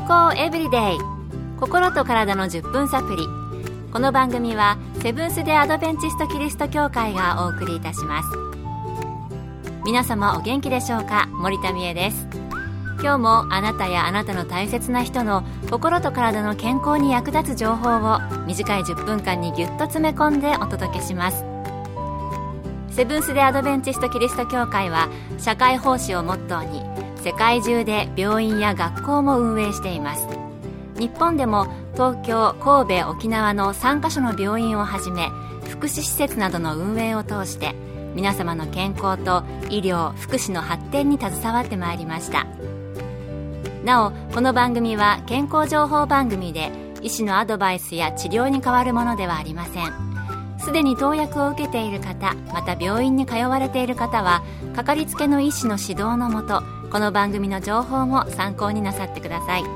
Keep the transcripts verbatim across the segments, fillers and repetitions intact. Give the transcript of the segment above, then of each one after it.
康エブリデイ、心と体のじゅっぷんサプリ。この番組はセブンス・デ・アドベンチスト・キリスト教会がお送りいたします。皆様お元気でしょうか。森田美恵です。今日もあなたやあなたの大切な人の心と体の健康に役立つ情報を短いじゅっぷんかんにぎゅっと詰め込んでお届けします。セブンス・デ・アドベンチスト・キリスト教会は社会奉仕をモットーに世界中で病院や学校も運営しています。日本でも東京、神戸、沖縄のさんカ所の病院をはじめ福祉施設などの運営を通して皆様の健康と医療・福祉の発展に携わってまいりました。なお、この番組は健康情報番組で医師のアドバイスや治療に代わるものではありません。すでに投薬を受けている方、また病院に通われている方はかかりつけの医師の指導のもと、この番組の情報も参考になさってください。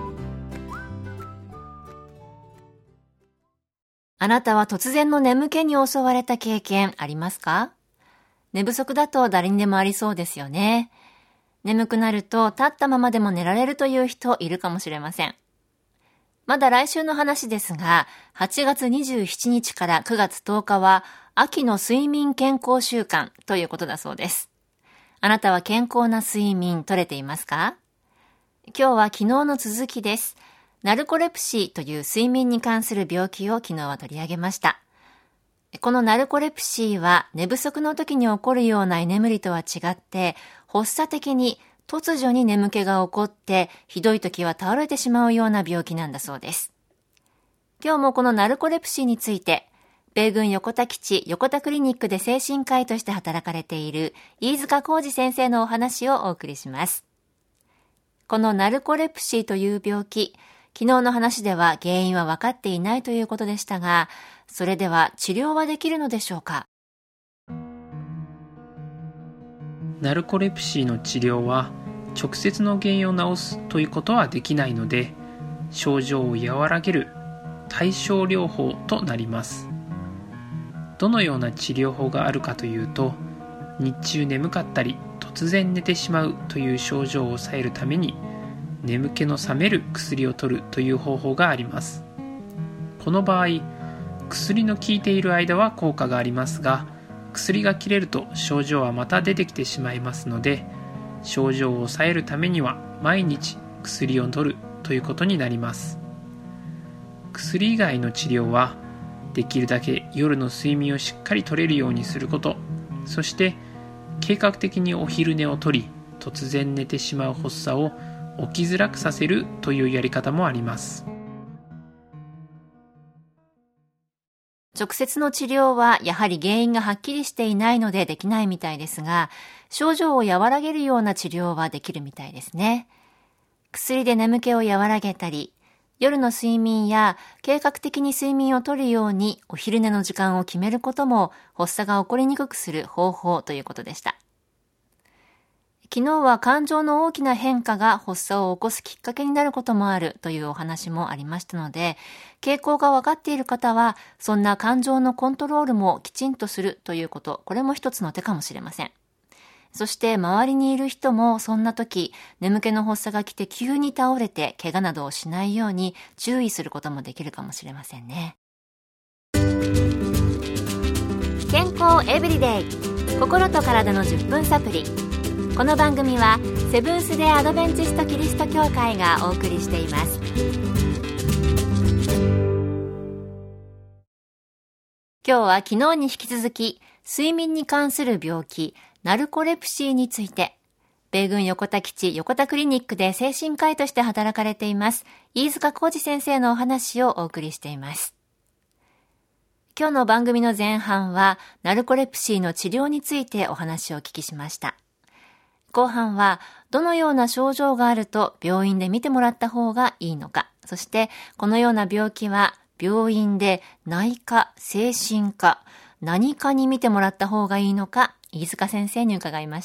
あなたは突然の眠気に襲われた経験ありますか？寝不足だと誰にでもありそうですよね。眠くなると立ったままでも寝られるという人いるかもしれません。まだ来週の話ですが、はちがつにじゅうしちにちからくがつとおかは秋の睡眠健康週間ということだそうです。あなたは健康な睡眠取れていますか？今日は昨日の続きです。ナルコレプシーという睡眠に関する病気を昨日は取り上げました。このナルコレプシーは寝不足の時に起こるような居眠りとは違って、発作的に突如に眠気が起こって、ひどい時は倒れてしまうような病気なんだそうです。今日もこのナルコレプシーについて、米軍横田基地横田クリニックで精神科医として働かれている飯塚浩二先生のお話をお送りします。このナルコレプシーという病気、昨日の話では原因は分かっていないということでしたが、それでは治療はできるのでしょうか？ ナルコレプシーの治療は直接の原因を治すということはできないので、症状を和らげる対症療法となります。どのような治療法があるかというと、日中眠かったり突然寝てしまうという症状を抑えるために眠気の覚める薬を取るという方法があります。この場合、薬の効いている間は効果がありますが、薬が切れると症状はまた出てきてしまいますので、症状を抑えるためには毎日薬を取るということになります。薬以外の治療は、できるだけ夜の睡眠をしっかり取れるようにすること、そして計画的にお昼寝をとり、突然寝てしまう発作を起きづらくさせるというやり方もあります。 直接の治療はやはり原因がはっきりしていないのでできないみたいですが、症状を和らげるような治療はできるみたいですね。薬で眠気を和らげたり、夜の睡眠や計画的に睡眠をとるようにお昼寝の時間を決めることも発作が起こりにくくする方法ということでした。昨日は感情の大きな変化が発作を起こすきっかけになることもあるというお話もありましたので、傾向が分かっている方はそんな感情のコントロールもきちんとするということ、これも一つの手かもしれません。そして周りにいる人もそんな時、眠気の発作が来て急に倒れて怪我などをしないように注意することもできるかもしれませんね。健康エブリデイ、心と体のじゅっぷんサプリ。この番組はセブンス・デ・アドベンチスト・キリスト教会がお送りしています。今日は昨日に引き続き睡眠に関する病気ナルコレプシーについて、米軍横田基地横田クリニックで精神科医として働かれています飯塚浩二先生のお話をお送りしています。今日の番組の前半はナルコレプシーの治療についてお話をお聞きしました。後半はどのような症状があると病院で見てもらった方がいいのか、そしてこのような病気は病院で内科、精神科、何科に見てもらった方がいいのか、飯塚先生に伺いました。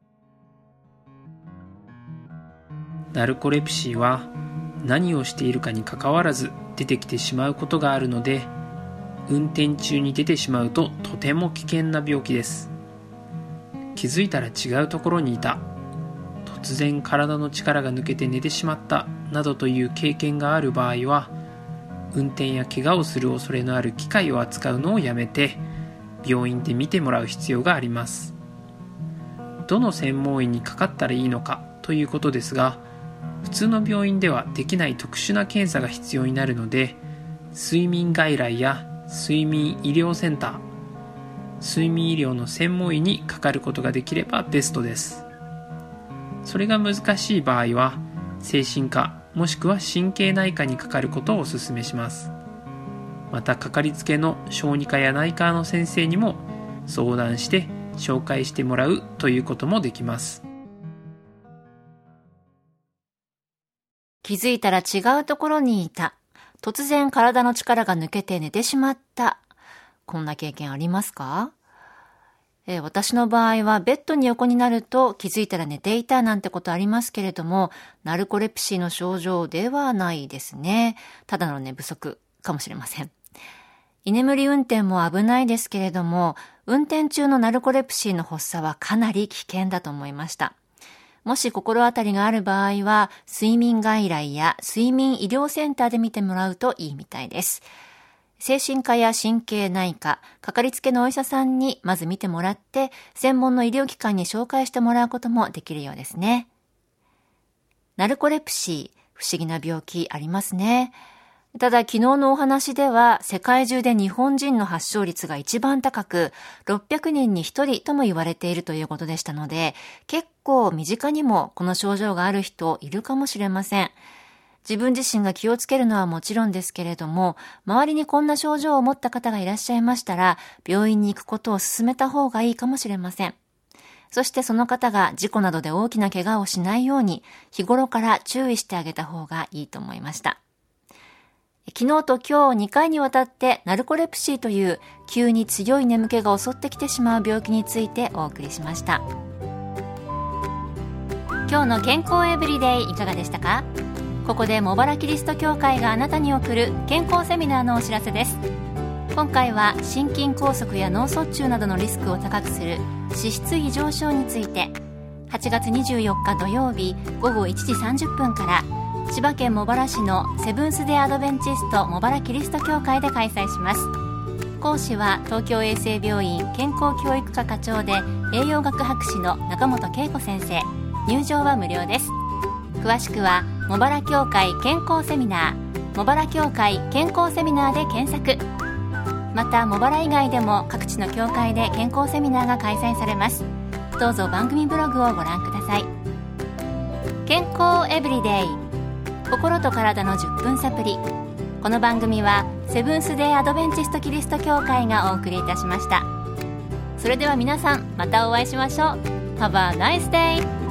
ナルコレプシーは何をしているかにかかわらず出てきてしまうことがあるので、運転中に出てしまうととても危険な病気です。気づいたら違うところにいた、突然体の力が抜けて寝てしまったなどという経験がある場合は、運転や怪我をする恐れのある機械を扱うのをやめて、病院で見てもらう必要があります。どの専門医にかかったらいいのかということですが、普通の病院ではできない特殊な検査が必要になるので、睡眠外来や睡眠医療センター、睡眠医療の専門医にかかることができればベストです。それが難しい場合は、精神科もしくは神経内科にかかることをお勧めします。また、かかりつけの小児科や内科の先生にも相談して紹介してもらうということもできます。 気づいたら違うところにいた。突然体の力が抜けて寝てしまった。こんな経験ありますか？えー、私の場合はベッドに横になると気づいたら寝ていたなんてことありますけれども、ナルコレプシーの症状ではないですね。ただの寝不足かもしれません。居眠り運転も危ないですけれども、運転中のナルコレプシーの発作はかなり危険だと思いました。もし心当たりがある場合は、睡眠外来や睡眠医療センターで見てもらうといいみたいです。精神科や神経内科、かかりつけのお医者さんにまず見てもらって、専門の医療機関に紹介してもらうこともできるようですね。ナルコレプシー、不思議な病気ありますね。ただ昨日のお話では世界中で日本人の発症率が一番高くろっぴゃくにんにひとりとも言われているということでしたので、結構身近にもこの症状がある人いるかもしれません。自分自身が気をつけるのはもちろんですけれども、周りにこんな症状を持った方がいらっしゃいましたら、病院に行くことを勧めた方がいいかもしれません。そしてその方が事故などで大きな怪我をしないように日頃から注意してあげた方がいいと思いました。昨日と今日にかいにわたってナルコレプシーという急に強い眠気が襲ってきてしまう病気についてお送りしました。今日の健康エブリデイいかがでしたか？ここで茂原キリスト教会があなたに送る健康セミナーのお知らせです。今回は心筋梗塞や脳卒中などのリスクを高くする脂質異常症について、はちがつにじゅうよっか土曜日ごごいちじさんじゅっぷんから千葉県茂原市のセブンス・デ・アドベンチスト茂原キリスト教会で開催します。講師は東京衛生病院健康教育科課長で栄養学博士の中本恵子先生。入場は無料です。詳しくは茂原教会健康セミナー、茂原教会健康セミナーで検索。また茂原以外でも各地の教会で健康セミナーが開催されます。どうぞ番組ブログをご覧ください。健康エブリデイ、心と体のじゅっぷんサプリ。この番組はセブンス・デイ・アドベンチスト・キリスト教会がお送りいたしました。それでは皆さんまたお会いしましょう。 Have a nice day!